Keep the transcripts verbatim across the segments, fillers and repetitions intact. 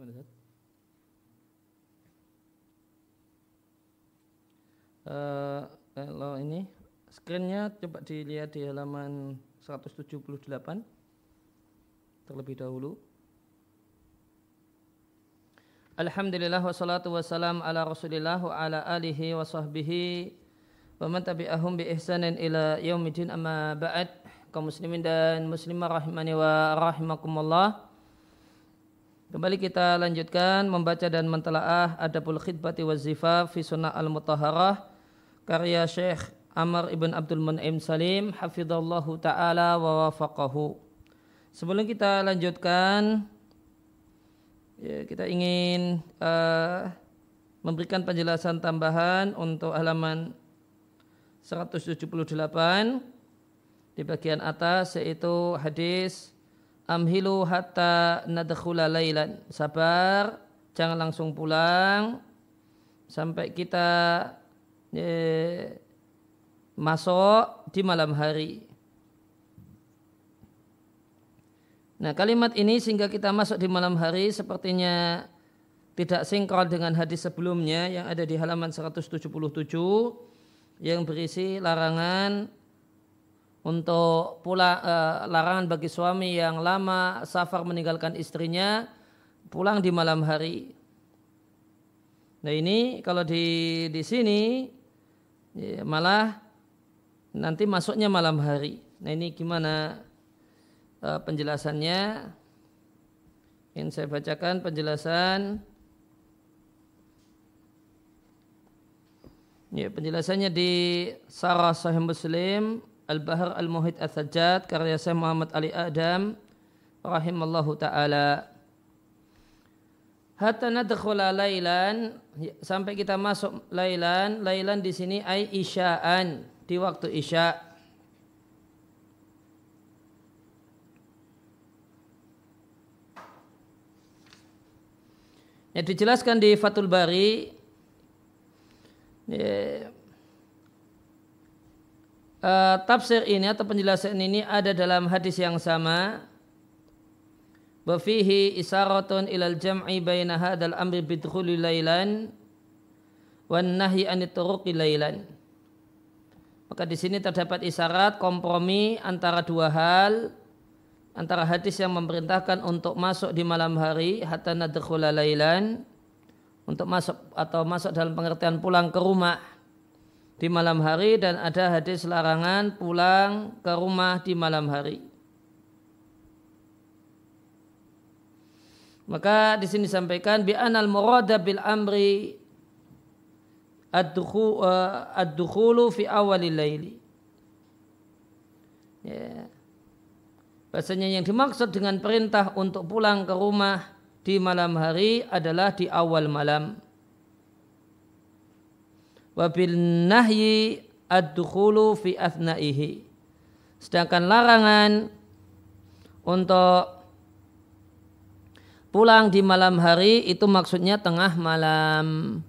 Gimana, Ustaz? Uh, kalau ini screen-nya coba dilihat di halaman seratus tujuh puluh delapan terlebih dahulu. Alhamdulillah wassalatu wassalam ala Rasulillah wa ala alihi wa sahbihi wa man tabi'ahum bi ihsanin ila yaumidin, amma ba'd. Kaum muslimin dan muslimah rahimani wa rahimakumullah. Kembali kita lanjutkan membaca dan mentelaah Adabul Khitbati wa Zifaf fi Sunnah Al-Mutahharah karya Syekh Amr ibn Abdul Mun'im Salim hafizallahu ta'ala wa wafaqahu. Sebelum kita lanjutkan, ya, kita ingin uh, memberikan penjelasan tambahan untuk halaman seratus tujuh puluh delapan di bagian atas, yaitu hadis amhilu hatta nadkhula lailan. Sabar, jangan langsung pulang sampai kita eh, masuk di malam hari. Nah, kalimat ini sehingga kita masuk di malam hari sepertinya tidak sinkron dengan hadis sebelumnya yang ada di halaman seratus tujuh puluh tujuh yang berisi larangan untuk pulang, uh, larangan bagi suami yang lama safar meninggalkan istrinya pulang di malam hari. Nah, ini kalau di di sini ya, malah nanti masuknya malam hari. Nah, ini gimana uh, penjelasannya? Ingin saya bacakan penjelasan. Ya, penjelasannya di Sarah Sahih Muslim Al-Bahr Al-Muhit Al-Sajjad karya Syekh Muhammad Ali Adam rahimallahu ta'ala. Hatta nadkhula lailan, sampai kita masuk lailan. Lailan di sini ai isya'an, di waktu isya'. Ya, dijelaskan di Fathul Bari. Ya, Uh, tafsir ini atau penjelasan ini ada dalam hadis yang sama. Wa fihi isaratun ilal jam'i baina hadzal amri bidkhuli lailan wan nahyi anit turuqi lailan. Maka di sini terdapat isyarat kompromi antara dua hal, antara hadis yang memerintahkan untuk masuk di malam hari hatta nadkhula lailan, untuk masuk atau masuk dalam pengertian pulang ke rumah di malam hari, dan ada hadis larangan pulang ke rumah di malam hari. Maka di sini disampaikan bi anal murada bil amri ad-dukhulu fi awalil laili. Ya. Bahasanya yang dimaksud dengan perintah untuk pulang ke rumah di malam hari adalah di awal malam. Wabil nahyi ad-dukhulu fi athnaihi. Sedangkan larangan untuk pulang di malam hari itu maksudnya tengah malam.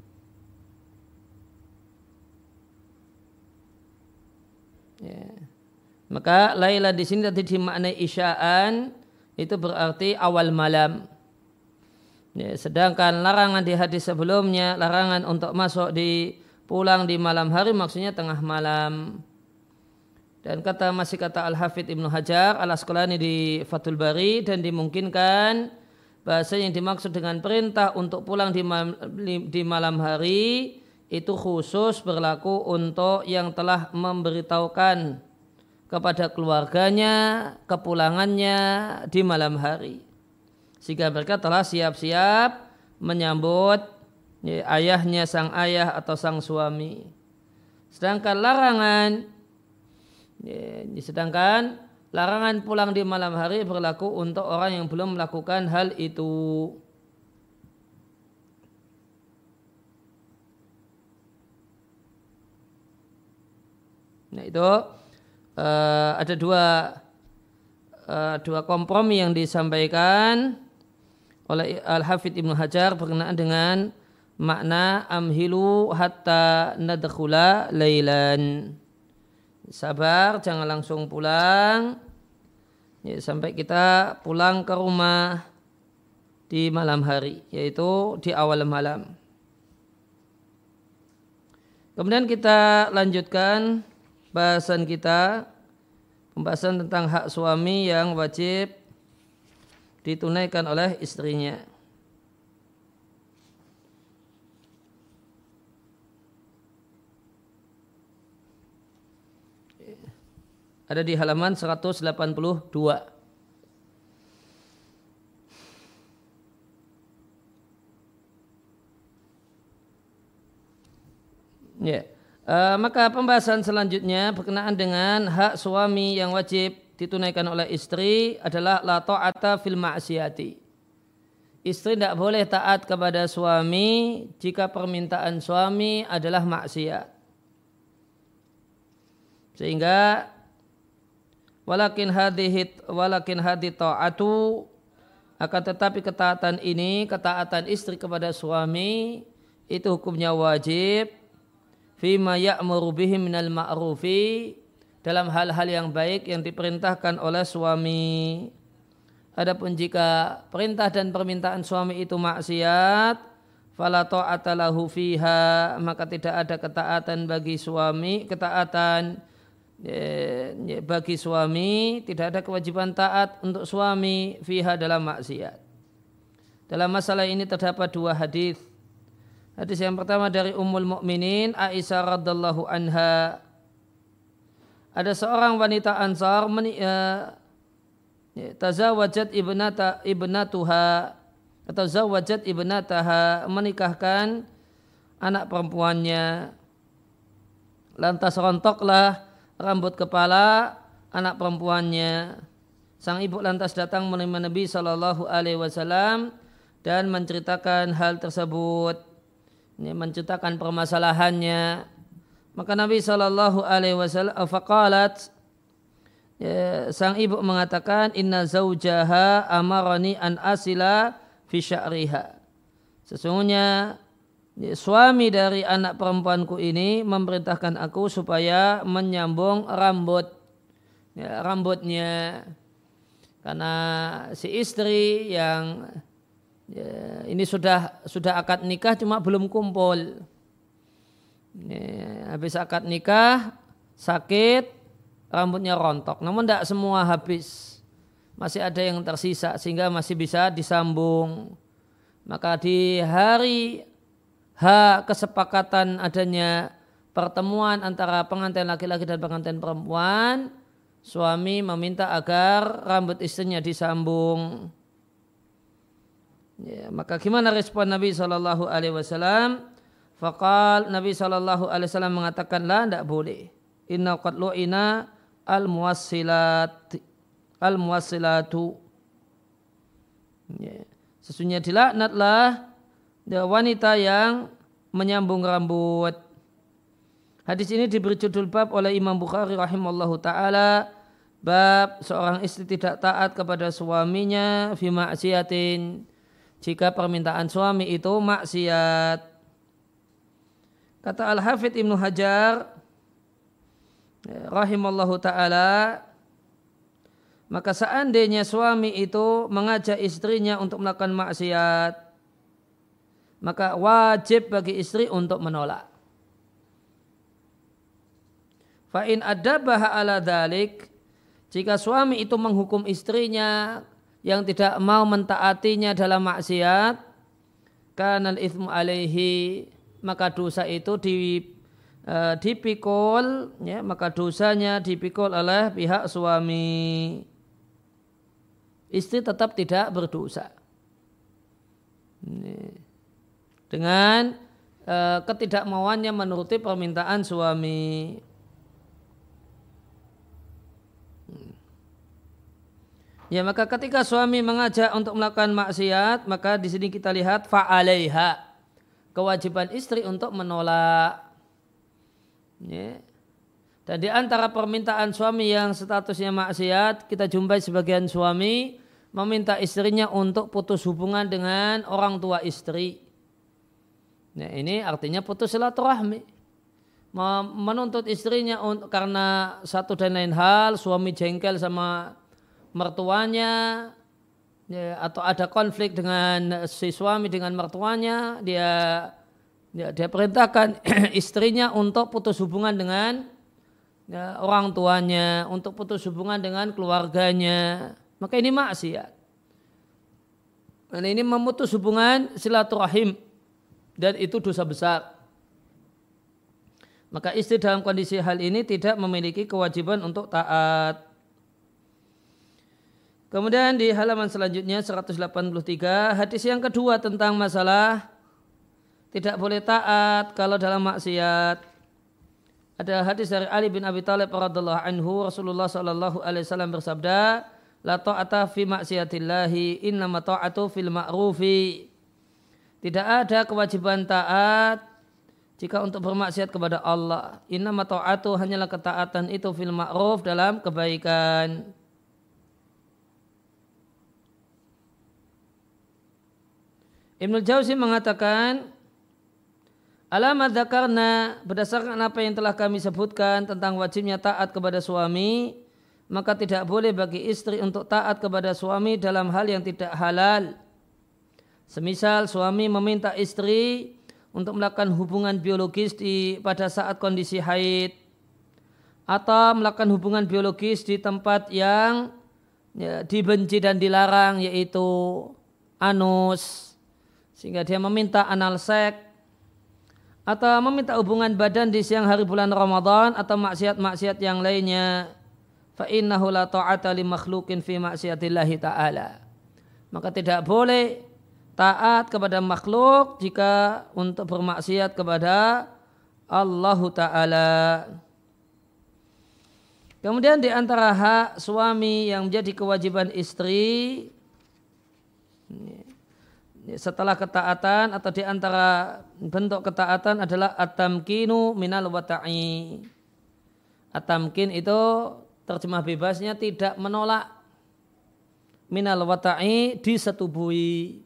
Ya. Maka laila di sini tadi dimaknai isya'an, itu berarti awal malam. Ya, sedangkan larangan di hadis sebelumnya, larangan untuk masuk di pulang di malam hari maksudnya tengah malam. Dan kata masih kata Al-Hafidh Ibnu Hajar Al-Asqalani di Fathul Bari, dan dimungkinkan bahasa yang dimaksud dengan perintah untuk pulang di malam, di malam hari itu khusus berlaku untuk yang telah memberitahukan kepada keluarganya kepulangannya di malam hari, sehingga mereka telah siap-siap menyambut ya, ayahnya, sang ayah atau sang suami. Sedangkan larangan ya, sedangkan larangan pulang di malam hari berlaku untuk orang yang belum melakukan hal itu. Nah, itu uh, ada dua uh, dua kompromi yang disampaikan oleh Al-Hafidh Ibnu Hajar berkenaan dengan makna amhilu hatta nadkhula lailan. Sabar, jangan langsung pulang ya, sampai kita pulang ke rumah di malam hari, yaitu di awal malam. Kemudian kita lanjutkan bahasan kita, pembahasan tentang hak suami yang wajib ditunaikan oleh istrinya. Ada di halaman seratus delapan puluh dua. Ya. Uh, maka pembahasan selanjutnya berkenaan dengan hak suami yang wajib ditunaikan oleh istri adalah la ta'ata fil ma'siyati. Istri tidak boleh taat kepada suami jika permintaan suami adalah maksiat. Sehingga walakin hadhihi walakin hadhi ta'atu, akan tetapi ketaatan ini, ketaatan istri kepada suami itu hukumnya wajib fima ya'muru bihi minal ma'rufi, dalam hal-hal yang baik yang diperintahkan oleh suami. Adapun jika perintah dan permintaan suami itu maksiat, fala ta'ata lahu fiha, maka tidak ada ketaatan bagi suami, ketaatan bagi suami, tidak ada kewajiban taat untuk suami fiha dalam maksiat. Dalam masalah ini terdapat dua hadis. Hadis yang pertama dari Ummul Mukminin Aisyah radhiyallahu anha. Ada seorang wanita Ansar menikah, tazawwajat ibnata ibnatuha atau zawwajat ibnataha, menikahkan anak perempuannya. Lantas rontoklah rambut kepala anak perempuannya. Sang ibu lantas datang menemui Nabi sallallahu alaihi wasallam dan menceritakan hal tersebut, menceritakan permasalahannya. Maka Nabi sallallahu alaihi wasallam faqalat, ya, sang ibu mengatakan, inna zaujaha amarani an asila fi sya'riha. Sesungguhnya ya, suami dari anak perempuanku ini memerintahkan aku supaya menyambung rambut, ya, rambutnya. Karena si istri yang ya, ini sudah sudah akad nikah cuma belum kumpul. Ya, habis akad nikah sakit, rambutnya rontok. Namun tidak semua habis, masih ada yang tersisa sehingga masih bisa disambung. Maka di hari H kesepakatan adanya pertemuan antara pengantin laki-laki dan pengantin perempuan, suami meminta agar rambut istrinya disambung. Ya, maka gimana respon Nabi shallallahu alaihi wasallam? Faqal, Nabi shallallahu alaihi wasallam mengatakan, la, tidak boleh. Inna qad lu'ina al-muwassilat al-muwassilatu. Ya, sesungguhnya dilaknatlah wanita yang menyambung rambut. Hadis ini diberi judul bab oleh Imam Bukhari rahimallahu ta'ala, bab seorang istri tidak taat kepada suaminya fi ma'siyatin, jika permintaan suami itu maksiat. Kata Al-Hafidz Ibnu Hajar rahimallahu ta'ala, maka seandainya suami itu mengajak istrinya untuk melakukan maksiat, maka wajib bagi istri untuk menolak. Fa in adabaha ala dzalik, jika suami itu menghukum istrinya yang tidak mau mentaatinya dalam maksiat, kanal itsmu alaihi, maka dosa itu di, uh, dipikul, ya, maka dosanya dipikul oleh pihak suami. Istri tetap tidak berdosa. Ini. Dengan uh, ketidakmauannya menuruti permintaan suami. Ya, maka ketika suami mengajak untuk melakukan maksiat, maka di sini kita lihat fa'alaiha, kewajiban istri untuk menolak. Ya. Dan di antara permintaan suami yang statusnya maksiat, kita jumpai sebagian suami meminta istrinya untuk putus hubungan dengan orang tua istri. Nah, ini artinya putus silaturahmi. Menuntut istrinya untuk, karena satu dan lain hal, suami jengkel sama mertuanya, ya, atau ada konflik dengan si suami dengan mertuanya, dia ya, dia perintahkan istrinya untuk putus hubungan dengan ya, orang tuanya, untuk putus hubungan dengan keluarganya, maka ini maksiat. Dan ini memutus hubungan silaturahim dan itu dosa besar. Maka istri dalam kondisi hal ini tidak memiliki kewajiban untuk taat. Kemudian di halaman selanjutnya seratus delapan puluh tiga, hadis yang kedua tentang masalah tidak boleh taat kalau dalam maksiat. Ada hadis dari Ali bin Abi Thalib radhiyallahu anhu, Rasulullah sallallahu alaihi wasallam bersabda, la ta'ata fi maksiatillahi, innama ta'atu fil ma'rufi. Tidak ada kewajiban taat jika untuk bermaksiat kepada Allah. Innama ta'atu, hanyalah ketaatan itu fil ma'ruf, dalam kebaikan. Ibnu Jauzi mengatakan, alamat dzakarna, berdasarkan apa yang telah kami sebutkan tentang wajibnya taat kepada suami, maka tidak boleh bagi istri untuk taat kepada suami dalam hal yang tidak halal. Semisal suami meminta istri untuk melakukan hubungan biologis di pada saat kondisi haid, atau melakukan hubungan biologis di tempat yang ya, dibenci dan dilarang, yaitu anus, sehingga dia meminta anal seks, atau meminta hubungan badan di siang hari bulan Ramadan, atau maksiat-maksiat yang lainnya, fa innahu la ta'ata li makhluqin fi maksiatillahi ta'ala. Maka tidak boleh taat kepada makhluk jika untuk bermaksiat kepada Allah Ta'ala. Kemudian di antara hak suami yang menjadi kewajiban istri setelah ketaatan, atau di antara bentuk ketaatan adalah at-tamkinu minal wata'i. At-tamkin itu terjemah bebasnya tidak menolak, minal wata'i, disetubuhi.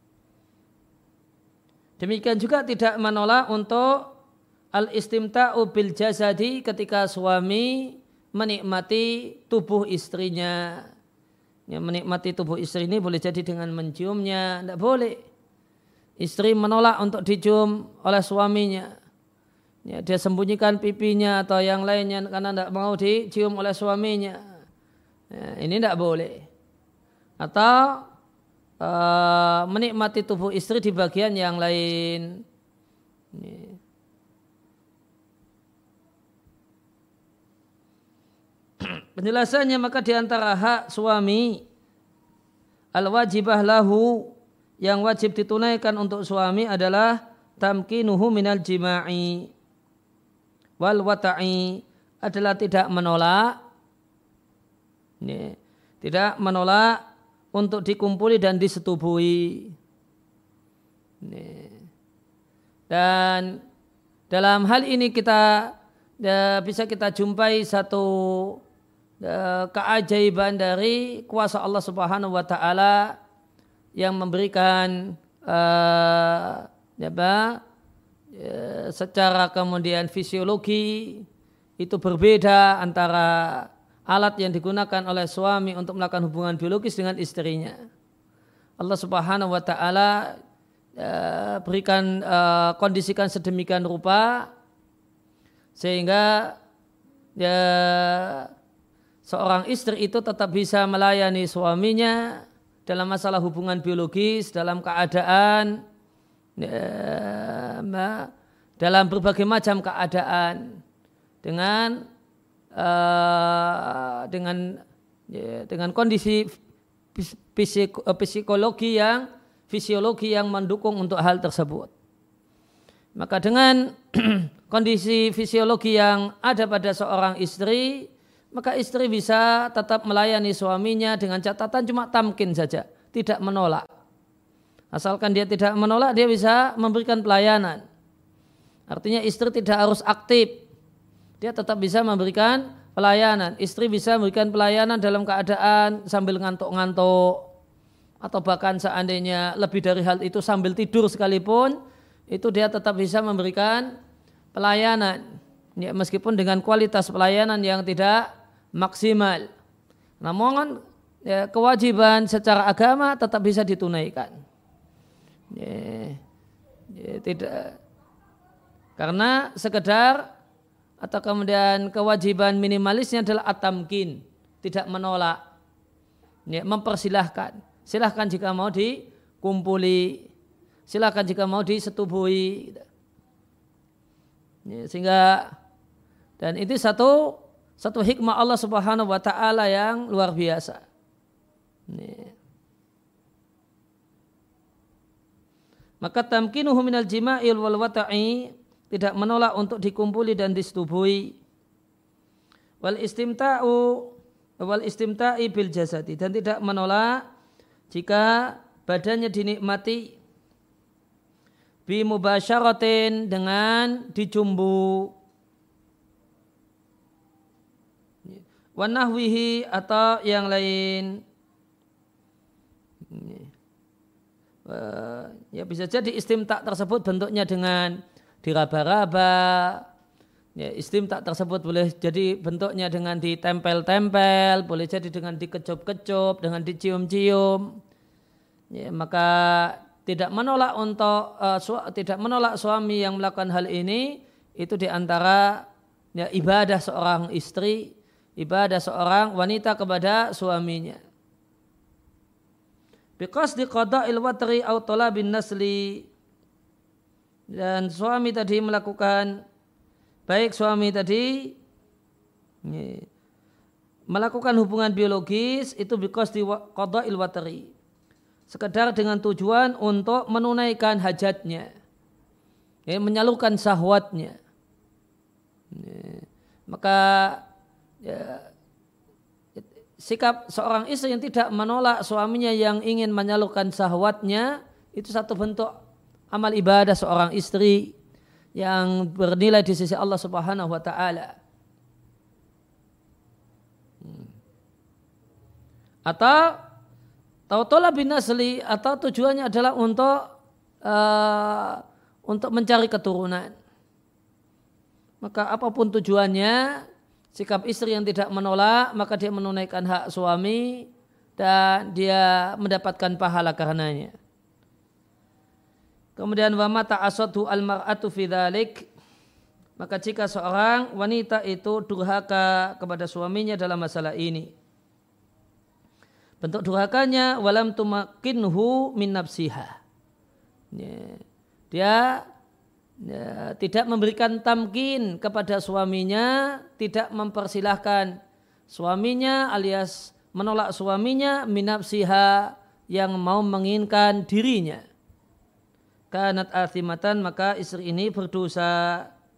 Demikian juga tidak menolak untuk al-istimta'u bil jasadi, ketika suami menikmati tubuh istrinya. Ya, menikmati tubuh istri ini boleh jadi dengan menciumnya, tidak boleh. Istri menolak untuk dicium oleh suaminya. Ya, dia sembunyikan pipinya atau yang lainnya karena tidak mau dicium oleh suaminya. Ya, ini tidak boleh. Atau Uh, menikmati tubuh istri di bagian yang lain. Ini. Penjelasannya, maka di antara hak suami al-wajibah lahu, yang wajib ditunaikan untuk suami adalah tamkinuhu minal jima'i wal wata'i, adalah tidak menolak ini, tidak menolak untuk dikumpuli dan disetubuhi. Dan dalam hal ini kita ya, bisa kita jumpai satu ya, keajaiban dari kuasa Allah Subhanahu wa Ta'ala yang memberikan uh, ya, ya, secara kemudian fisiologi itu berbeda antara alat yang digunakan oleh suami untuk melakukan hubungan biologis dengan istrinya. Allah Subhanahu wa Ta'ala uh, berikan uh, kondisikan sedemikian rupa sehingga ya, seorang istri itu tetap bisa melayani suaminya dalam masalah hubungan biologis dalam keadaan ya, dalam berbagai macam keadaan dengan Uh, dengan ya, dengan kondisi fisik, psikologi yang fisiologi yang mendukung untuk hal tersebut. Maka dengan kondisi fisiologi yang ada pada seorang istri, maka istri bisa tetap melayani suaminya dengan catatan cuma tamkin saja, tidak menolak. Asalkan dia tidak menolak, dia bisa memberikan pelayanan. Artinya istri tidak harus aktif. Dia tetap bisa memberikan pelayanan. Istri bisa memberikan pelayanan dalam keadaan sambil ngantuk-ngantuk. Atau bahkan seandainya lebih dari hal itu sambil tidur sekalipun, itu dia tetap bisa memberikan pelayanan. Ya, meskipun dengan kualitas pelayanan yang tidak maksimal. Namun ya, kewajiban secara agama tetap bisa ditunaikan. Ya, ya, tidak karena sekedar atau kemudian kewajiban minimalisnya adalah at-tamkin, tidak menolak, ya, mempersilahkan. Silahkan jika mau dikumpuli, silahkan jika mau disetubuhi. Ya, sehingga dan itu satu satu hikmah Allah Subhanahu wa taala yang luar biasa. Ya. Maka tamkinuhu minal jima'il wal wata'i, tidak menolak untuk dikumpuli dan disetubuhi. Wal istimta'u wal istimta'i bil jasadi, dan tidak menolak jika badannya dinikmati bi mubasyaratin, dengan dijumbu, wa nahwihi atau yang lain. Ya, bisa jadi istimta' tersebut bentuknya dengan diraba-raba, ya, istimta' tersebut boleh jadi bentuknya dengan ditempel-tempel, boleh jadi dengan dikecup-kecup, dengan dicium-cium. Ya, maka tidak menolak untuk uh, su- tidak menolak suami yang melakukan hal ini, itu diantara, ya, ibadah seorang istri, ibadah seorang wanita kepada suaminya. Biqasdi qada'il watri aw talabin nasli, dan suami tadi melakukan, baik suami tadi ini, melakukan hubungan biologis itu biqasdi qada'il watri, sekedar dengan tujuan untuk menunaikan hajatnya, ya, menyalurkan syahwatnya. Ya, maka ya, sikap seorang istri yang tidak menolak suaminya yang ingin menyalurkan syahwatnya, itu satu bentuk amal ibadah seorang istri yang bernilai di sisi Allah Subhanahu wa taala. Atau tautola bin nasli, atau tujuannya adalah untuk uh, untuk mencari keturunan. Maka apapun tujuannya, sikap istri yang tidak menolak, maka dia menunaikan hak suami dan dia mendapatkan pahala karenanya. Kemudian wa mata asadu al-mar'atu fi dzalik, maka jika seorang wanita itu durhaka kepada suaminya dalam masalah ini, bentuk durhakanya walam tumakinhu min nafsiha, ya, dia ya, tidak memberikan tamkin kepada suaminya, tidak mempersilahkan suaminya alias menolak suaminya min nafsiha, yang mau menginginkan dirinya. Kanat athimatan, maka istri ini berdosa.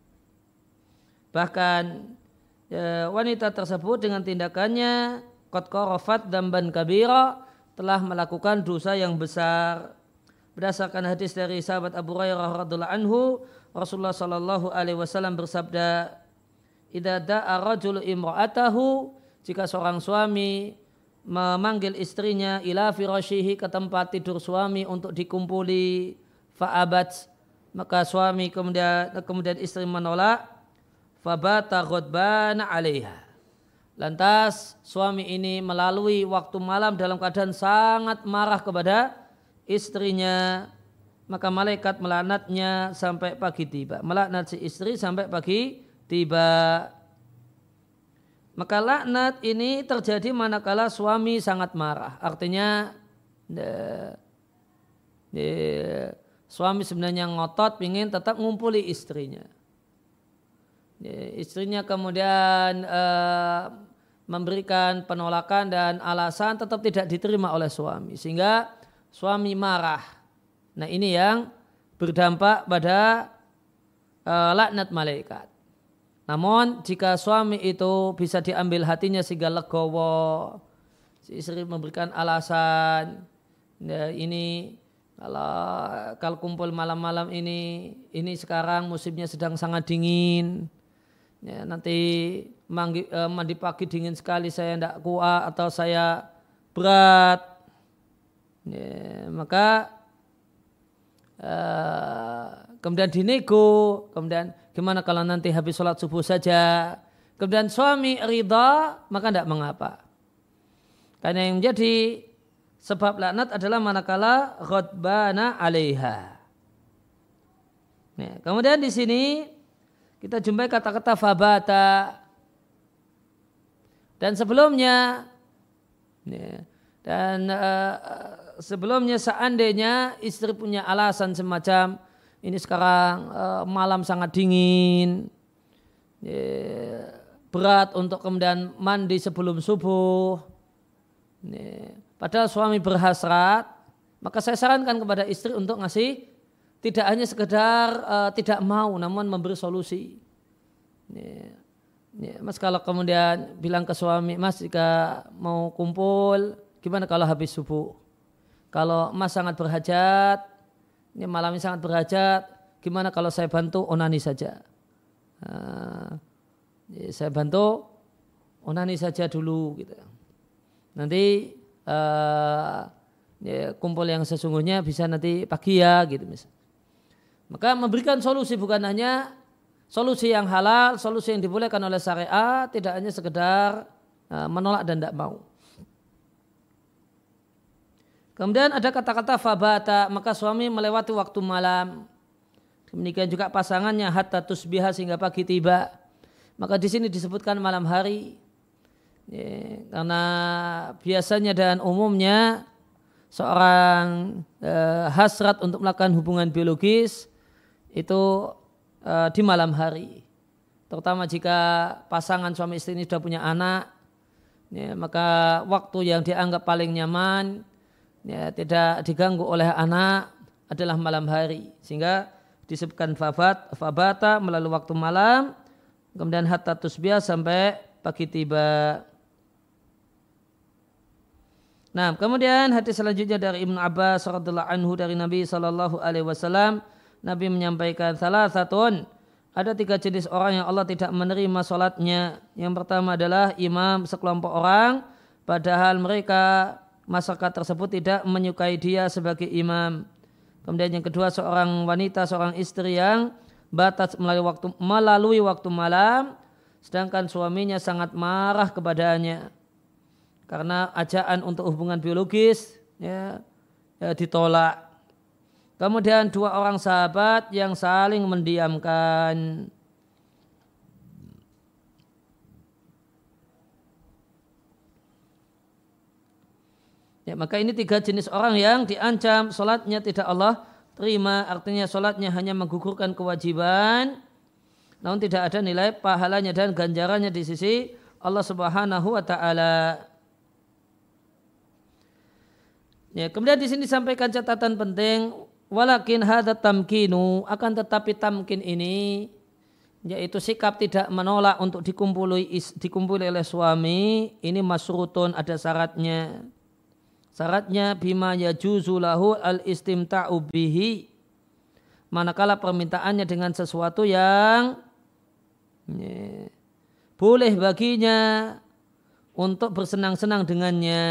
Bahkan ya, wanita tersebut dengan tindakannya qad qarafat dzamban kabira, telah melakukan dosa yang besar. Berdasarkan hadis dari sahabat Abu Hurairah radhiyallahu anhu, Rasulullah sallallahu alaihi wasallam bersabda, "Idza da'a rajulu imra'atahu," jika seorang suami memanggil istrinya ila firashihi, ke tempat tidur suami untuk dikumpuli, fa'abat, maka suami kemudian kemudian istri menolak, fabata ghadbana 'alaiha, lantas suami ini melalui waktu malam dalam keadaan sangat marah kepada istrinya, maka malaikat melaknatnya sampai pagi tiba, melaknat si istri sampai pagi tiba. Maka laknat ini terjadi manakala suami sangat marah, artinya de, de, suami sebenarnya ngotot ingin tetap ngumpuli istrinya. Istrinya kemudian e, memberikan penolakan dan alasan tetap tidak diterima oleh suami, sehingga suami marah. Nah, ini yang berdampak pada e, laknat malaikat. Namun jika suami itu bisa diambil hatinya sehingga legowo, si istri memberikan alasan, ya, ini Kalau, kalau kumpul malam-malam ini, ini sekarang musimnya sedang sangat dingin. Ya, nanti mandi, eh, mandi pagi dingin sekali, saya tidak kuat atau saya berat. Ya, maka eh, kemudian dinego, kemudian gimana kalau nanti habis sholat subuh saja. Kemudian suami ridha, maka tidak mengapa. Karena yang menjadi sebab laknat adalah manakala ghadbana 'alaiha. Nah, kemudian di sini kita jumpai kata-kata fabata. Dan sebelumnya ya, dan uh, sebelumnya seandainya istri punya alasan semacam ini sekarang uh, malam sangat dingin, ya, berat untuk kemudian mandi sebelum subuh, ya, padahal suami berhasrat, maka saya sarankan kepada istri untuk ngasih tidak hanya sekedar uh, tidak mau namun memberi solusi. Ya. Ya, Mas kalau kemudian bilang ke suami, Mas jika mau kumpul, gimana kalau habis subuh? Kalau Mas sangat berhajat, ini malam ini sangat berhajat, gimana kalau saya bantu onani saja? Nah, ya, saya bantu onani saja dulu, gitu. Nanti uh, ya, kumpul yang sesungguhnya bisa nanti pagi ya, gitu misalnya. Maka memberikan solusi bukan hanya solusi yang halal, solusi yang dibolehkan oleh syariat, tidak hanya sekedar uh, menolak dan tidak mau. Kemudian ada kata-kata fabata, maka suami melewati waktu malam. Demikian juga pasangannya hatta tusbiha sehingga pagi tiba. Maka di sini disebutkan malam hari. Ya, karena biasanya dan umumnya seorang uh, hasrat untuk melakukan hubungan biologis itu di malam hari, terutama jika pasangan suami istri ini sudah punya anak, ya, maka waktu yang dianggap paling nyaman, ya, tidak diganggu oleh anak adalah malam hari, sehingga disebutkan fabat, fabata melalui waktu malam, kemudian hatta tusbih sampai pagi tiba. Nah, kemudian hadis selanjutnya dari Ibnu Abbas radhiyallahu anhu dari Nabi sallallahu alaihi wasallam, Nabi menyampaikan salah satu, ada tiga jenis orang yang Allah tidak menerima salatnya. Yang pertama adalah imam sekelompok orang, padahal mereka masyarakat tersebut tidak menyukai dia sebagai imam. Kemudian yang kedua seorang wanita, seorang istri yang batas melalui waktu, melalui waktu malam, sedangkan suaminya sangat marah kepadanya karena ajaan untuk hubungan biologis ya, ya ditolak. Kemudian dua orang sahabat yang saling mendiamkan. Ya, maka ini tiga jenis orang yang diancam solatnya tidak Allah terima. Artinya solatnya hanya menggugurkan kewajiban, namun tidak ada nilai pahalanya dan ganjarannya di sisi Allah Subhanahu wa Ta'ala. Ya, kemudian di sini disampaikan catatan penting. Walakin hadza tamkinu, akan tetapi tamkin ini yaitu sikap tidak menolak untuk dikumpuli dikumpuli oleh suami, ini masrutun, ada syaratnya. Syaratnya bima yajuzu lahu al-istimta'u bihi. Manakala permintaannya dengan sesuatu yang ya, boleh baginya untuk bersenang-senang dengannya.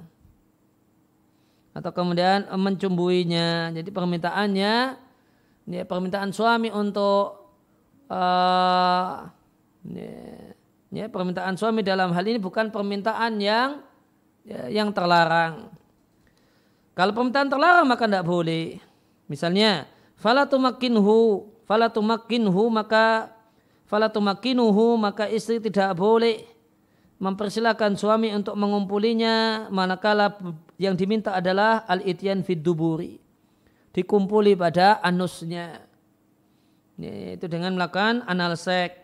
Atau kemudian mencumbuinya. Jadi permintaannya, ya, permintaan suami untuk uh, ya, ya, permintaan suami dalam hal ini bukan permintaan yang ya, yang terlarang. Kalau permintaan terlarang maka tidak boleh. Misalnya, falatumakkinhu, falatumakkinhu maka falatumakkinuhu maka istri tidak boleh mempersilahkan suami untuk mengumpulinya manakala yang diminta adalah al-ityan fid duburi, dikumpuli pada anusnya, itu dengan melakukan anal seks.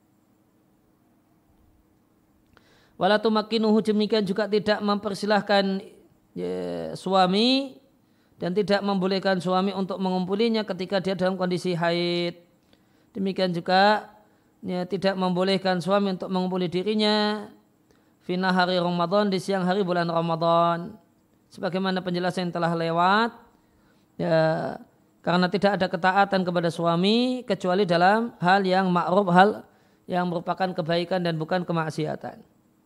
Wala tumakkinuhu, demikian juga tidak mempersilahkan ya, suami dan tidak membolehkan suami untuk mengumpulinya ketika dia dalam kondisi haid. Demikian juga ya, tidak membolehkan suami untuk mengumpuli dirinya fina hari Ramadan, di siang hari bulan Ramadan, sebagaimana penjelasan yang telah lewat ya, karena tidak ada ketaatan kepada suami kecuali dalam hal yang ma'ruf, hal yang merupakan kebaikan dan bukan kemaksiatan.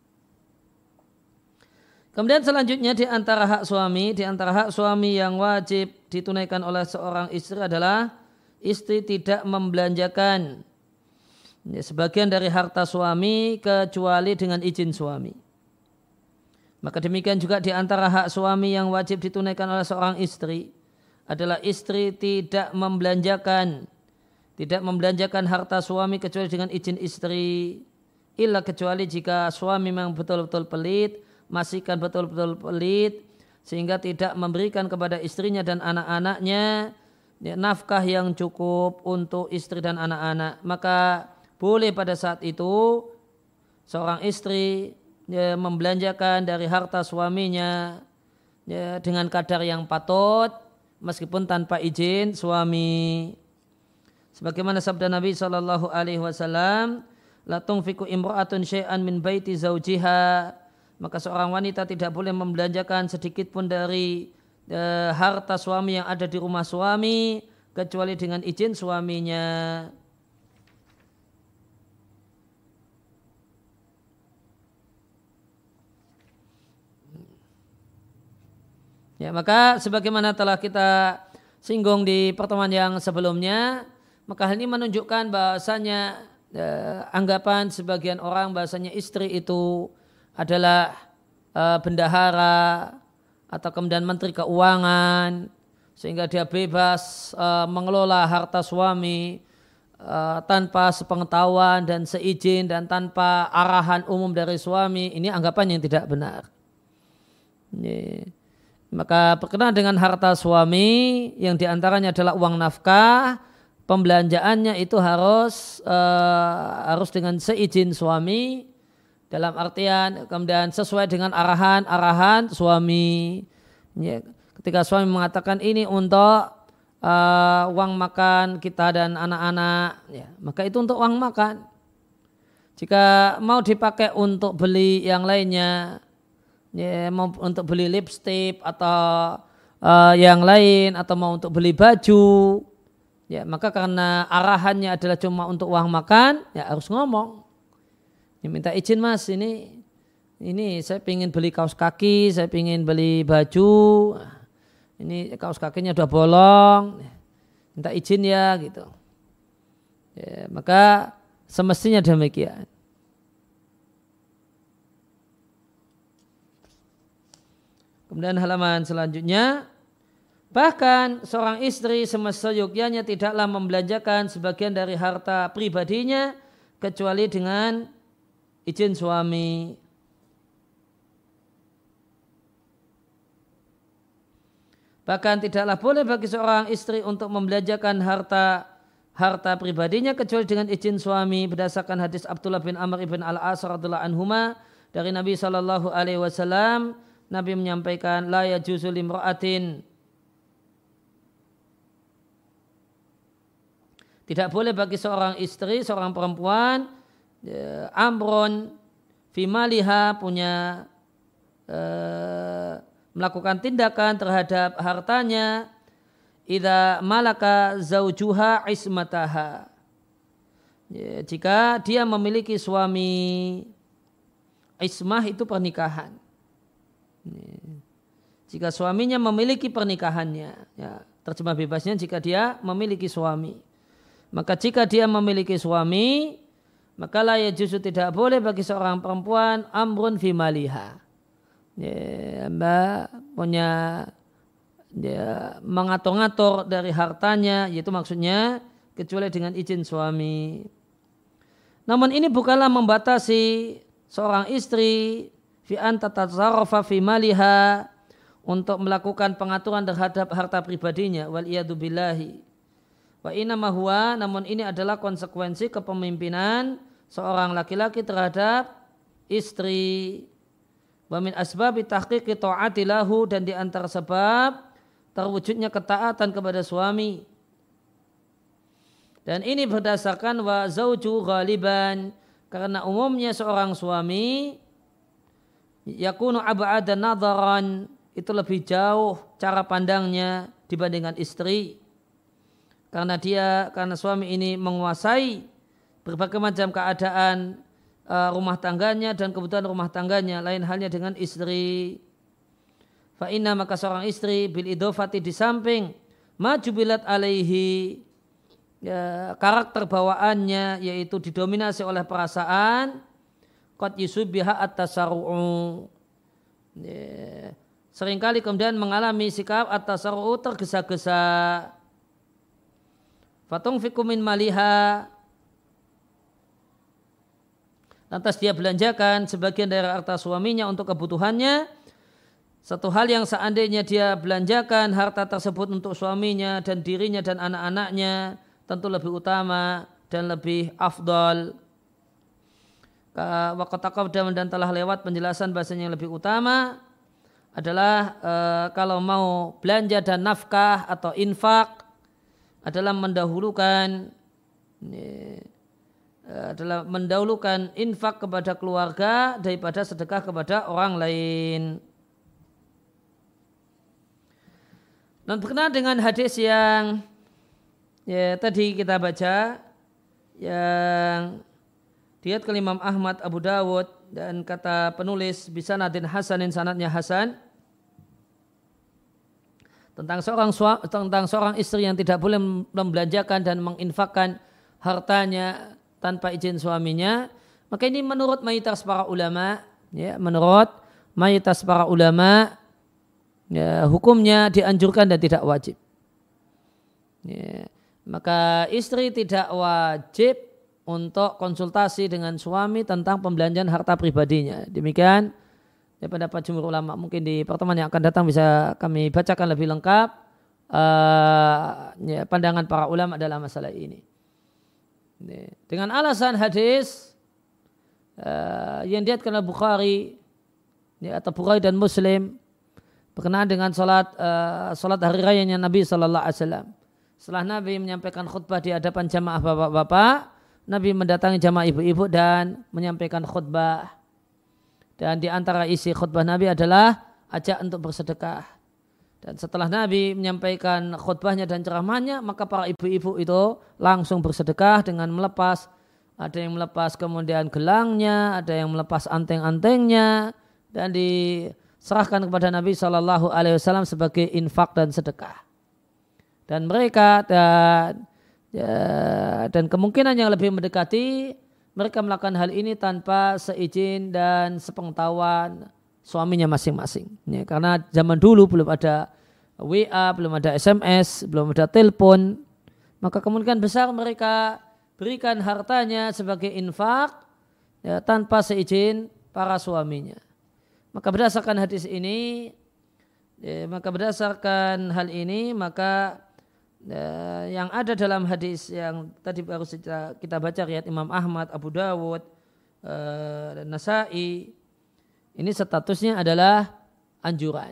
Kemudian selanjutnya di antara hak suami, di antara hak suami yang wajib ditunaikan oleh seorang istri adalah istri tidak membelanjakan ya, sebagian dari harta suami kecuali dengan izin suami. Maka demikian juga di antara hak suami yang wajib ditunaikan oleh seorang istri adalah istri tidak membelanjakan tidak membelanjakan harta suami kecuali dengan izin istri, illa kecuali jika suami memang betul-betul pelit, majikan betul-betul pelit sehingga tidak memberikan kepada istrinya dan anak-anaknya ya, nafkah yang cukup untuk istri dan anak-anak, maka boleh pada saat itu seorang istri ya, membelanjakan dari harta suaminya ya, dengan kadar yang patut meskipun tanpa izin suami. Sebagaimana sabda Nabi shallallahu alaihi wasallam, la tunfiqu imra'atun syai'an min baiti zaujiha, maka seorang wanita tidak boleh membelanjakan sedikit pun dari e, harta suami yang ada di rumah suami kecuali dengan izin suaminya. Ya, maka sebagaimana telah kita singgung di pertemuan yang sebelumnya, maka hal ini menunjukkan bahasanya eh, anggapan sebagian orang bahasanya istri itu adalah eh, bendahara atau kemudian menteri keuangan sehingga dia bebas eh, mengelola harta suami eh, tanpa sepengetahuan dan seizin dan tanpa arahan umum dari suami. Ini anggapan yang tidak benar. Ini. Maka berkenaan dengan harta suami yang diantaranya adalah uang nafkah, pembelanjaannya itu harus uh, harus dengan seizin suami dalam artian kemudian sesuai dengan arahan-arahan suami. Ya, ketika suami mengatakan ini untuk uh, uang makan kita dan anak-anak, ya, maka itu untuk uang makan. Jika mau dipakai untuk beli yang lainnya, ya, mau untuk beli lipstik atau uh, yang lain atau mau untuk beli baju, ya, maka karena arahannya adalah cuma untuk uang makan, ya harus ngomong. Ya, minta izin mas, ini ini saya ingin beli kaos kaki, saya ingin beli baju, ini kaos kakinya udah bolong, minta izin ya gitu. Ya, maka semestinya demikian. Kemudian halaman selanjutnya, bahkan seorang istri seyogyanya tidaklah membelanjakan sebagian dari harta pribadinya kecuali dengan izin suami. Bahkan tidaklah boleh bagi seorang istri untuk membelanjakan harta harta pribadinya kecuali dengan izin suami berdasarkan hadis Abdullah bin Amr ibn Al-As radhiyallahu anhuma dari Nabi sallallahu alaihi wasallam. Nabi menyampaikan la yajuzu limra'atin, tidak boleh bagi seorang istri, seorang perempuan ya, amron fi maliha punya eh, melakukan tindakan terhadap hartanya idza malaka zaujuha ismataha, ya, jika dia memiliki suami. Ismah itu pernikahan. Jika suaminya memiliki pernikahannya, ya, terjemah bebasnya jika dia memiliki suami, maka jika dia memiliki suami, maka la yajuzu tidak boleh bagi seorang perempuan amrun fi maliha, ya, mbak punya ya, mengatur-ngatur dari hartanya, yaitu maksudnya kecuali dengan izin suami. Namun ini bukanlah membatasi seorang istri fi an tatasarrafa fi maliha untuk melakukan pengaturan terhadap harta pribadinya wal iyadu billahi. Wa inna ma huwa, namun ini adalah konsekuensi kepemimpinan seorang laki-laki terhadap istri. Wa min asbabi tahqiqi ta'ati lahu, dan di antara sebab terwujudnya ketaatan kepada suami. Dan ini berdasarkan wa zauju ghaliban, karena umumnya seorang suami yakunu ab'ada nadharan, itu lebih jauh cara pandangnya dibandingkan istri, karena dia karena suami ini menguasai berbagai macam keadaan uh, rumah tangganya dan kebutuhan rumah tangganya, lain halnya dengan istri. Fa inna, maka seorang istri bil idhofati, di samping majubilat alaihi, ya, karakter bawaannya yaitu didominasi oleh perasaan, qad yusbiha at-tasarru'u, Ya, seringkali kemudian mengalami sikap at-tasarru'u tergesa-gesa. Fatunfiqu min maliha, lantas dia belanjakan sebagian dari harta suaminya untuk kebutuhannya. Satu hal yang seandainya dia belanjakan harta tersebut untuk suaminya dan dirinya dan anak-anaknya tentu lebih utama dan lebih afdal. Waqad taqaddama dan telah lewat penjelasan bahasanya yang lebih utama adalah e, kalau mau belanja dan nafkah atau infak adalah mendahulukan e, adalah mendahulukan infak kepada keluarga daripada sedekah kepada orang lain. Dan berkenaan dengan hadis yang ya, tadi kita baca yang diriwayatkan Imam Ahmad, Abu Dawud dan kata penulis bisanadin hasanin, sanadnya hasan, tentang seorang suami, tentang seorang istri yang tidak boleh membelanjakan dan menginfakkan hartanya tanpa izin suaminya. Maka ini menurut mayoritas para ulama, ya, menurut mayoritas para ulama, ya, hukumnya dianjurkan dan tidak wajib. Ya, maka istri tidak wajib untuk konsultasi dengan suami tentang pembelanjaan harta pribadinya. Demikian ya, pendapat jumhur ulama. Mungkin di pertemuan yang akan datang bisa kami bacakan lebih lengkap uh, ya, pandangan para ulama dalam masalah ini. Ya, dengan alasan hadis uh, yang diriwayatkan oleh Bukhari, ya, atau Bukhari dan Muslim berkenaan dengan salat uh, salat hari rayanya Nabi sallallahu alaihi wasallam. Setelah Nabi menyampaikan khutbah di hadapan jamaah bapak-bapak, Nabi mendatangi jamaah ibu-ibu dan menyampaikan khutbah. Dan di antara isi khutbah Nabi adalah ajak untuk bersedekah. Dan setelah Nabi menyampaikan khutbahnya dan ceramahnya, maka para ibu-ibu itu langsung bersedekah dengan melepas, ada yang melepas kemudian gelangnya, ada yang melepas anteng-antengnya, dan diserahkan kepada Nabi shallallahu alaihi wasallam sebagai infak dan sedekah. Dan mereka dan ya, dan kemungkinan yang lebih mendekati mereka melakukan hal ini tanpa seizin dan sepengetahuan suaminya masing-masing. Ya, karena zaman dulu belum ada W A, belum ada S M S, belum ada telepon, maka kemungkinan besar mereka berikan hartanya sebagai infak ya, tanpa seizin para suaminya. Maka berdasarkan hadis ini, ya, maka berdasarkan hal ini maka Uh, yang ada dalam hadis yang tadi baru kita, kita baca riwayat Imam Ahmad, Abu Dawud, uh, dan Nasai, ini statusnya adalah anjuran.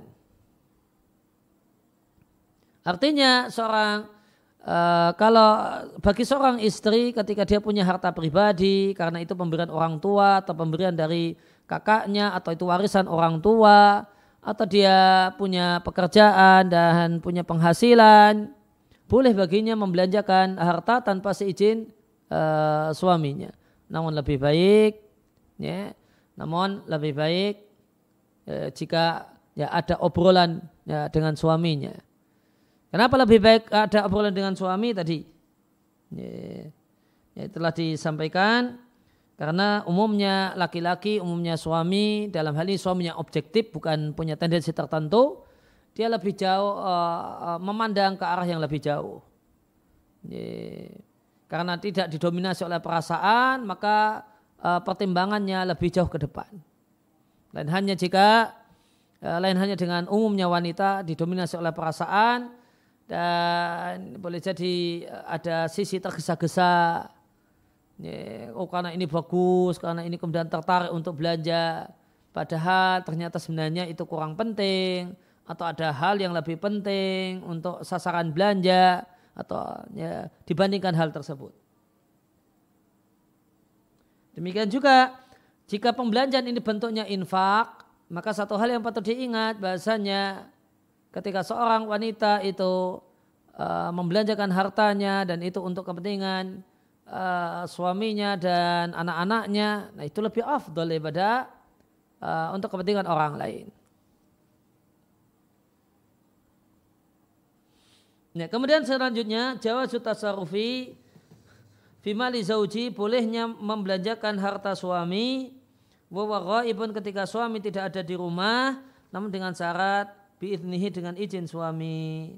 Artinya seorang uh, kalau bagi seorang istri ketika dia punya harta pribadi karena itu pemberian orang tua atau pemberian dari kakaknya atau itu warisan orang tua atau dia punya pekerjaan dan punya penghasilan, boleh baginya membelanjakan harta tanpa seizin uh, suaminya. Namun lebih baik, ya, namun lebih baik ya, jika ya ada obrolan ya, dengan suaminya. Kenapa lebih baik ada obrolan dengan suami tadi? Ya, ya, telah disampaikan karena umumnya laki-laki, umumnya suami dalam hal ini suaminya objektif, bukan punya tendensi tertentu. Dia lebih jauh uh, memandang ke arah yang lebih jauh. Ye. Karena tidak didominasi oleh perasaan, maka uh, pertimbangannya lebih jauh ke depan. Lain hanya jika, uh, lain hanya dengan umumnya wanita didominasi oleh perasaan dan boleh jadi uh, ada sisi tergesa-gesa. Ye. Oh karena ini bagus, karena ini kemudian tertarik untuk belanja. Padahal ternyata sebenarnya itu kurang penting. Atau ada hal yang lebih penting untuk sasaran belanja atau ya, dibandingkan hal tersebut. Demikian juga jika pembelanjaan ini bentuknya infak, maka satu hal yang patut diingat bahasanya ketika seorang wanita itu uh, membelanjakan hartanya dan itu untuk kepentingan uh, suaminya dan anak-anaknya, nah itu lebih afdal daripada uh, untuk kepentingan orang lain. Nah, kemudian selanjutnya jawazu tasarrufi fi mali zauji, bolehnya membelanjakan harta suami wa ghaibun ketika suami tidak ada di rumah namun dengan syarat biiznihi dengan izin suami.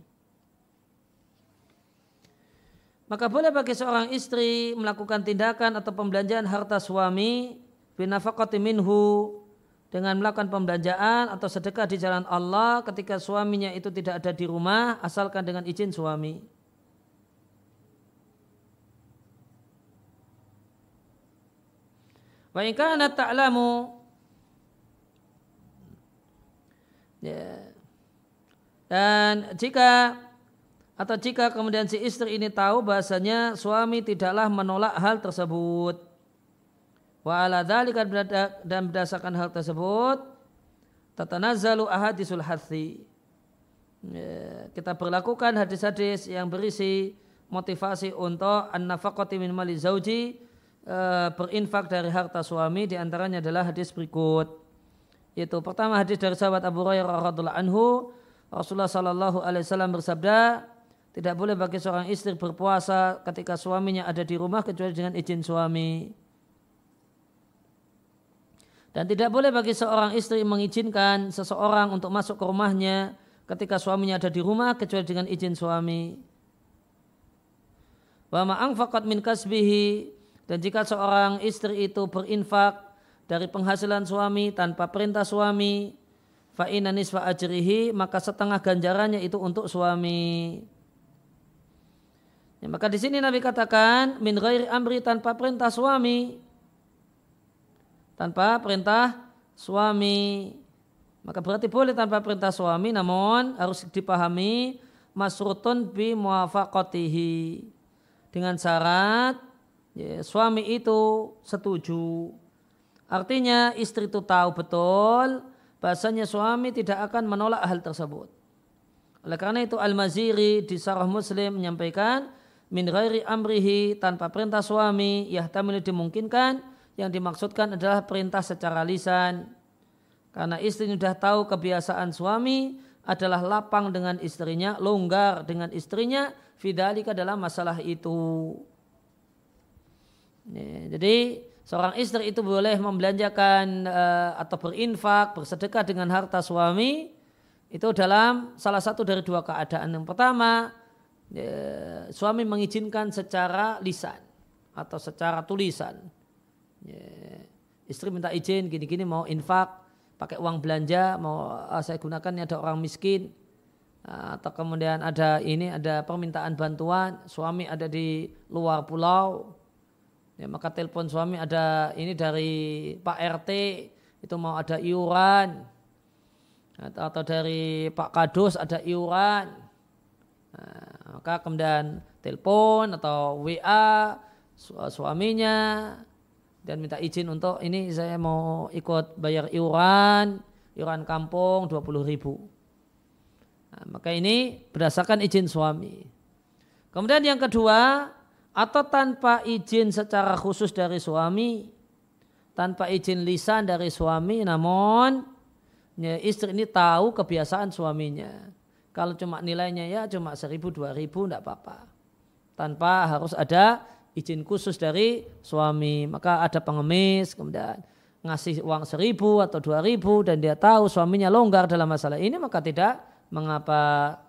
Maka boleh bagi seorang istri melakukan tindakan atau pembelanjaan harta suami binafaqati minhu, dengan melakukan pembelanjaan atau sedekah di jalan Allah ketika suaminya itu tidak ada di rumah, asalkan dengan izin suami. Wa in kanat ta'lamu, ya. Dan jika atau jika kemudian si istri ini tahu bahasanya suami tidaklah menolak hal tersebut. Wa ala dzalika, dan berdasarkan hal tersebut tatanazzalu ahadisul hathi. Ya, kita berlakukan hadis-hadis yang berisi motivasi untuk an-nafaqati min mali zauji, e, berinfak dari harta suami. Di antaranya adalah hadis berikut. Yaitu pertama hadis dari sahabat Abu Hurairah radhiyallahu anhu, Rasulullah sallallahu alaihi wasallam bersabda, tidak boleh bagi seorang istri berpuasa ketika suaminya ada di rumah kecuali dengan izin suami. Dan tidak boleh bagi seorang istri mengizinkan seseorang untuk masuk ke rumahnya ketika suaminya ada di rumah kecuali dengan izin suami. Wa ma anfaqat min kasbihi, dan jika seorang istri itu berinfak dari penghasilan suami tanpa perintah suami, fa inna nisfa ajrihi, maka setengah ganjarannya itu untuk suami. Ya, maka di sini Nabi katakan min ghairi amri, tanpa perintah suami, tanpa perintah suami. Maka berarti boleh tanpa perintah suami, namun harus dipahami masrutun bi muwafaqatihi, dengan syarat ya, suami itu setuju. Artinya istri itu tahu betul bahasanya suami tidak akan menolak hal tersebut. Oleh karena itu Al-Maziri di Syarah Muslim menyampaikan min ghairi amrihi, tanpa perintah suami, yahtamilu, dimungkinkan yang dimaksudkan adalah perintah secara lisan. Karena istri sudah tahu kebiasaan suami adalah lapang dengan istrinya, longgar dengan istrinya, fidzalika dalam masalah itu. Ya, jadi seorang istri itu boleh membelanjakan uh, atau berinfak, bersedekah dengan harta suami itu dalam salah satu dari dua keadaan. Yang pertama, ya, suami mengizinkan secara lisan atau secara tulisan. Ya, istri minta izin gini-gini mau infak pakai uang belanja, mau uh, saya gunakan, ini ada orang miskin, uh, atau kemudian ada ini ada permintaan bantuan, suami ada di luar pulau, ya, maka telepon suami ada ini dari Pak R T itu mau ada iuran, atau, atau dari Pak Kadus ada iuran. Nah, maka kemudian telepon atau W A suaminya dan minta izin untuk ini saya mau ikut bayar iuran, iuran kampung dua puluh ribu. Nah, maka ini berdasarkan izin suami. Kemudian yang kedua, atau tanpa izin secara khusus dari suami, tanpa izin lisan dari suami, namun ya, istri ini tahu kebiasaan suaminya. Kalau cuma nilainya ya cuma seribu dua ribu tidak apa-apa, tanpa harus ada izin khusus dari suami. Maka ada pengemis kemudian ngasih uang seribu atau dua ribu dan dia tahu suaminya longgar dalam masalah ini, maka tidak mengapa.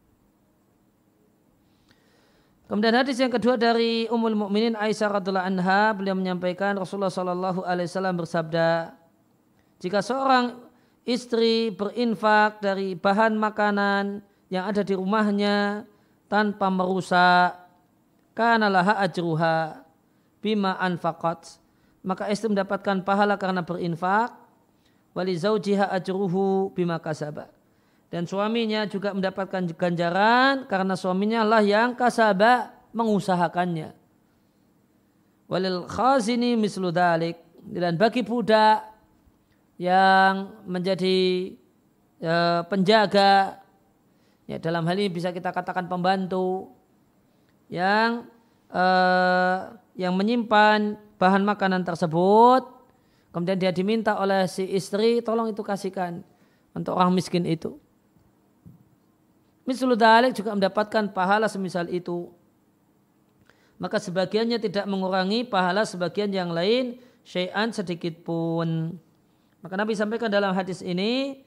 Kemudian hadis yang kedua dari Ummul Mukminin Aisyah radhiyallahu anha, beliau menyampaikan Rasulullah sallallahu alaihi wasallam bersabda, jika seorang istri berinfak dari bahan makanan yang ada di rumahnya tanpa merusak, kana laha ajruha bima anfaqat, maka istri mendapatkan pahala karena berinfak, wali zaujiha ajruhu bima kasaba, dan suaminya juga mendapatkan ganjaran karena suaminya lah yang kasaba, mengusahakannya. Walil khazini mislu dzalik, dan bagi budak yang menjadi ya, penjaga, ya, dalam hal ini bisa kita katakan pembantu yang eh, yang menyimpan bahan makanan tersebut, kemudian dia diminta oleh si istri, tolong itu kasihkan untuk orang miskin itu. Mislu dzalik, juga mendapatkan pahala semisal itu. Maka sebagiannya tidak mengurangi pahala sebagian yang lain, syai'an sedikit pun. Maka Nabi sampaikan dalam hadis ini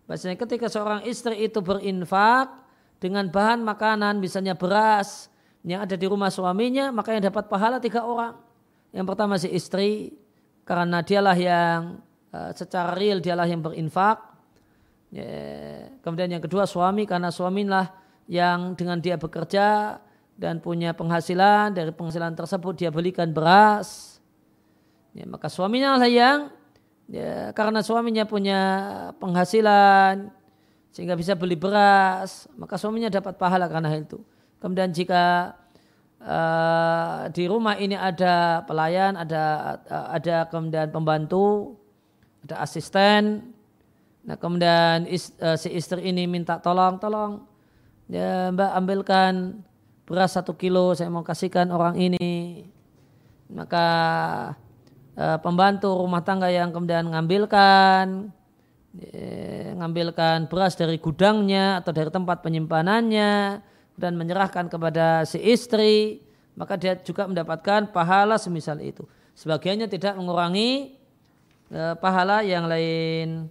Bahasanya ketika seorang istri itu berinfak dengan bahan makanan, misalnya beras yang ada di rumah suaminya, maka yang dapat pahala tiga orang. Yang pertama si istri, karena dialah yang secara real dialah yang berinfak. Kemudian yang kedua suami, karena suamilah yang dengan dia bekerja dan punya penghasilan, dari penghasilan tersebut dia belikan beras. Ya, maka suaminya lah yang ya, karena suaminya punya penghasilan sehingga bisa beli beras, maka suaminya dapat pahala karena itu. Kemudian jika uh, di rumah ini ada pelayan, ada uh, ada kemudian pembantu, ada asisten, nah kemudian is, uh, si istri ini minta tolong, tolong ya Mbak ambilkan beras satu kilo, saya mau kasihkan orang ini, maka pembantu rumah tangga yang kemudian mengambilkan mengambilkan beras dari gudangnya atau dari tempat penyimpanannya dan menyerahkan kepada si istri, maka dia juga mendapatkan pahala semisal itu. Sebagiannya tidak mengurangi pahala yang lain.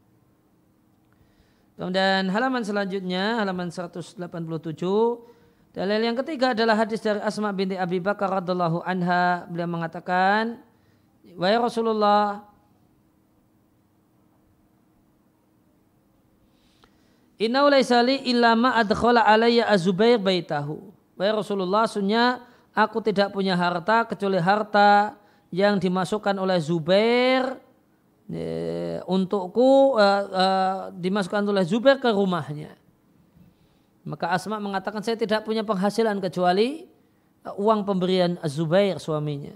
Kemudian halaman selanjutnya, halaman seratus delapan puluh tujuh, dalil yang ketiga adalah hadis dari Asma binti Abi Bakar radhiyallahu anha. Beliau mengatakan, wahai Rasulullah, innahu laisa li illa ma adkhala alayya Az-Zubair baitahu. Wahai Rasulullah, sesungguhnya aku tidak punya harta kecuali harta yang dimasukkan oleh Zubair eh, untukku eh, eh, dimasukkan oleh Zubair ke rumahnya. Maka Asma mengatakan, saya tidak punya penghasilan kecuali eh, uang pemberian Az-Zubair suaminya.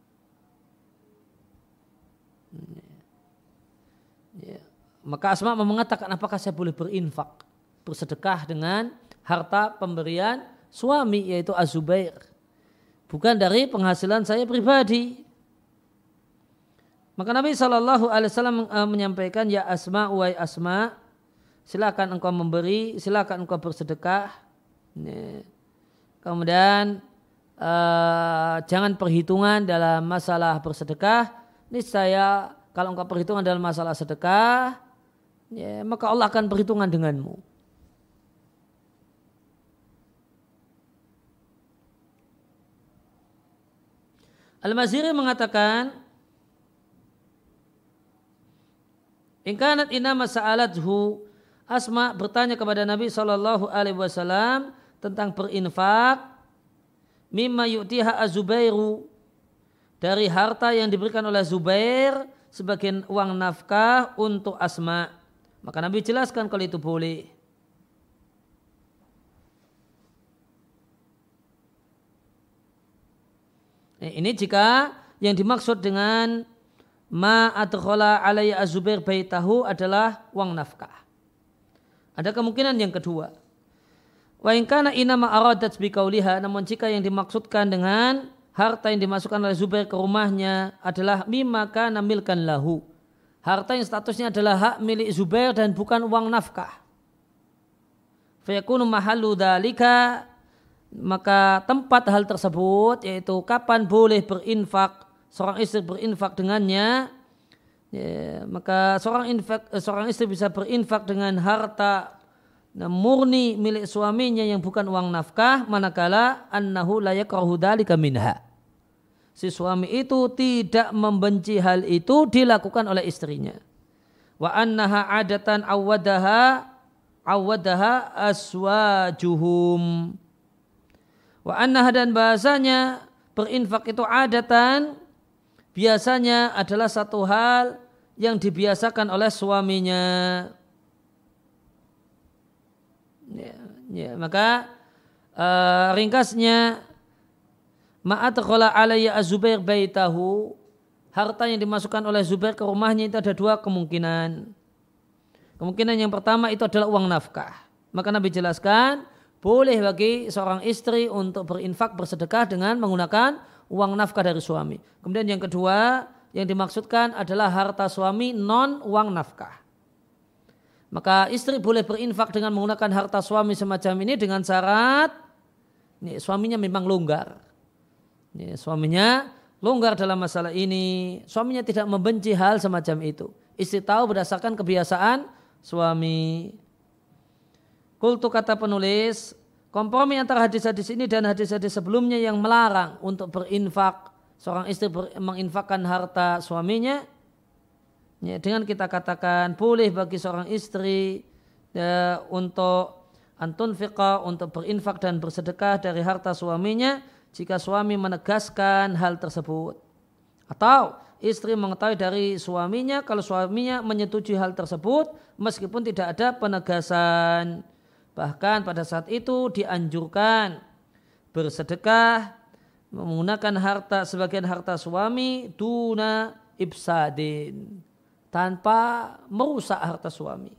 Ya. Maka Asma mengatakan, apakah saya boleh berinfak, bersedekah dengan harta pemberian suami, yaitu Az-Zubair, bukan dari penghasilan saya pribadi. Maka Nabi shallallahu alaihi wasallam menyampaikan, ya Asma, wahai Asma, silakan engkau memberi, silakan engkau bersedekah. Ya. Kemudian uh, jangan perhitungan dalam masalah bersedekah. Niscaya kalau engkau perhitungan dalam masalah sedekah, ya, maka Allah akan perhitungan denganmu. Al-Maziri mengatakan, in kanat inama sa'alathu, Asma bertanya kepada Nabi shallallahu alaihi wasallam tentang berinfak, mimma yu'tiha Az-Zubairu, dari harta yang diberikan oleh Zubair sebagian uang nafkah untuk Asma. Maka Nabi jelaskan kalau itu boleh. Ini jika yang dimaksud dengan ma adkhala alayya Az-Zubair baitahu adalah uang nafkah. Ada kemungkinan yang kedua. Wa in kana inama aradat biqauliha, namun jika yang dimaksudkan dengan harta yang dimasukkan oleh Zubair ke rumahnya adalah mimma kana milkan lahu, harta yang statusnya adalah hak milik Zubair dan bukan uang nafkah. Fa yakunu mahallu dzalika, maka tempat hal tersebut, yaitu kapan boleh berinfak, seorang istri berinfak dengannya, ya, maka seorang infak, seorang istri bisa berinfak dengan harta murni milik suaminya yang bukan uang nafkah, manakala annahu la yakrahu dzalika minha, si suami itu tidak membenci hal itu dilakukan oleh istrinya. Wa annaha adatan awadaha awadaha aswajuhum. Wa annaha, dan bahasanya berinfak itu adatan, biasanya adalah satu hal yang dibiasakan oleh suaminya. Ya, ya, maka uh, ringkasnya ma'adkhala alayya Az-Zubair baitahu, harta yang dimasukkan oleh Zubair ke rumahnya itu ada dua kemungkinan. Kemungkinan yang pertama itu adalah uang nafkah. Maka Nabi jelaskan, boleh bagi seorang istri untuk berinfak, bersedekah dengan menggunakan uang nafkah dari suami. Kemudian yang kedua yang dimaksudkan adalah harta suami non uang nafkah. Maka istri boleh berinfak dengan menggunakan harta suami semacam ini dengan syarat ini, suaminya memang longgar. Ini, suaminya longgar dalam masalah ini. Suaminya tidak membenci hal semacam itu. Istri tahu berdasarkan kebiasaan suami. Kultu kata penulis, kompromi antara hadis-hadis ini dan hadis-hadis sebelumnya yang melarang untuk berinfak, seorang istri ber, menginfakkan harta suaminya, ya, dengan kita katakan boleh bagi seorang istri ya, untuk antunfiqa, untuk berinfak dan bersedekah dari harta suaminya jika suami menegaskan hal tersebut. Atau istri mengetahui dari suaminya kalau suaminya menyetujui hal tersebut meskipun tidak ada penegasan. Bahkan pada saat itu dianjurkan bersedekah menggunakan harta sebagian harta suami duna ibsadin, tanpa merusak harta suami.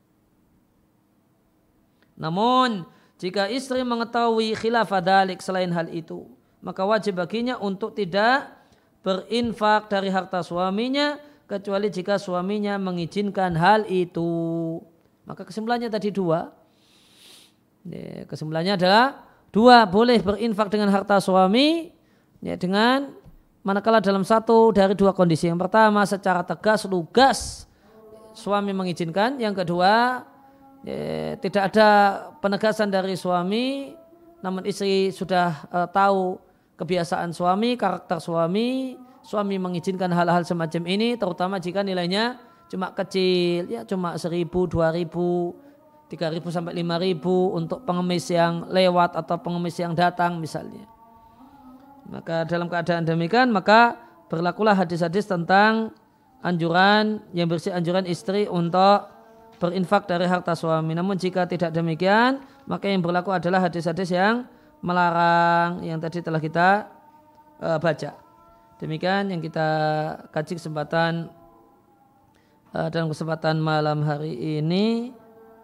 Namun jika istri mengetahui khilafah dalik selain hal itu, maka wajib baginya untuk tidak berinfak dari harta suaminya kecuali jika suaminya mengizinkan hal itu. Maka kesimpulannya tadi dua. Ya, kesimpulannya adalah dua, boleh berinfak dengan harta suami ya, dengan manakala dalam satu dari dua kondisi. Yang pertama secara tegas lugas suami mengizinkan. Yang kedua ya, tidak ada penegasan dari suami, namun istri sudah uh, tahu kebiasaan suami, karakter suami. Suami mengizinkan hal-hal semacam ini, terutama jika nilainya cuma kecil, ya cuma seribu, dua ribu, tiga ribu sampai lima ribu untuk pengemis yang lewat atau pengemis yang datang misalnya. Maka dalam keadaan demikian maka berlakulah hadis-hadis tentang anjuran yang bersih anjuran istri untuk berinfak dari harta suami. Namun jika tidak demikian maka yang berlaku adalah hadis-hadis yang melarang yang tadi telah kita uh, baca. Demikian yang kita kaji kesempatan uh, dalam kesempatan malam hari ini.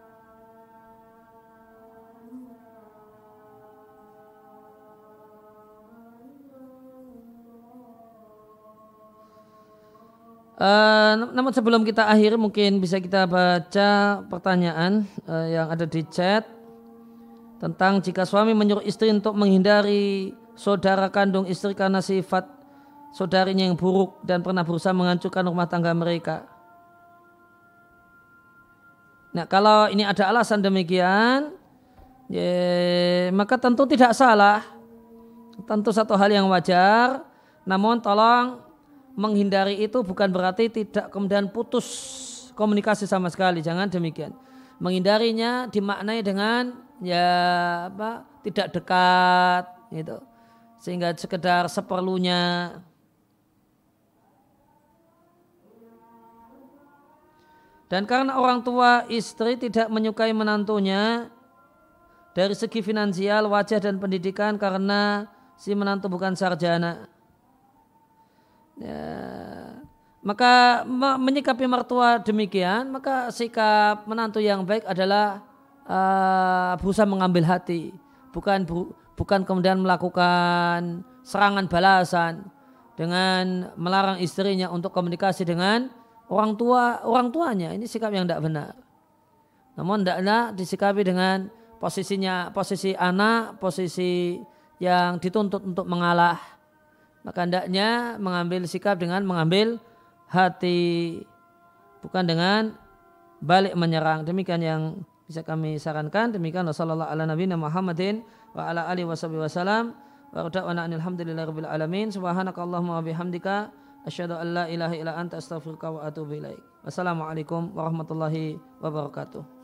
Uh, namun sebelum kita akhiri mungkin bisa kita baca pertanyaan uh, yang ada di chat tentang jika suami menyuruh istri untuk menghindari saudara kandung istri karena sifat saudarinya yang buruk dan pernah berusaha menghancurkan rumah tangga mereka. Nah, kalau ini ada alasan demikian, ya, maka tentu tidak salah. Tentu satu hal yang wajar. Namun tolong menghindari itu bukan berarti tidak kemudian putus komunikasi sama sekali. Jangan demikian. Menghindarinya dimaknai dengan ya apa? Tidak dekat, gitu. Sehingga sekedar seperlunya. Dan karena orang tua istri tidak menyukai menantunya dari segi finansial, wajah dan pendidikan karena si menantu bukan sarjana. Ya, maka menyikapi mertua demikian, maka sikap menantu yang baik adalah uh, berusaha mengambil hati, bukan bu, bukan kemudian melakukan serangan balasan dengan melarang istrinya untuk komunikasi dengan orang tua orang tuanya. Ini sikap yang tidak benar. Namun tidaklah disikapi dengan posisinya posisi anak, posisi yang dituntut untuk mengalah. Maka hendaknya mengambil sikap dengan mengambil hati, bukan dengan balik menyerang. Demikian yang bisa kami sarankan. Demikian wasallallahu ala nabiyina Muhammadin wa ala alihi wasallam wa rada'ana alhamdulillahirabbil alamin. Subhanakallahumma wa bihamdika asyhadu an la ilaha illa anta astaghfiruka wa atubu ilaik. Wassalamualaikum warahmatullahi wabarakatuh.